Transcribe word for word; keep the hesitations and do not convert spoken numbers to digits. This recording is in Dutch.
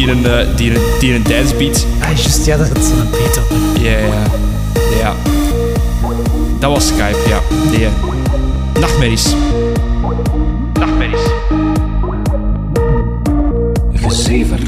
die een, uh, die een, die een dance beat. Ah, juist, ja, dat is een beat op. Ja, ja, ja. Dat was Skype, ja. Nee. Nachtmerries. Nachtmerries. Gezever.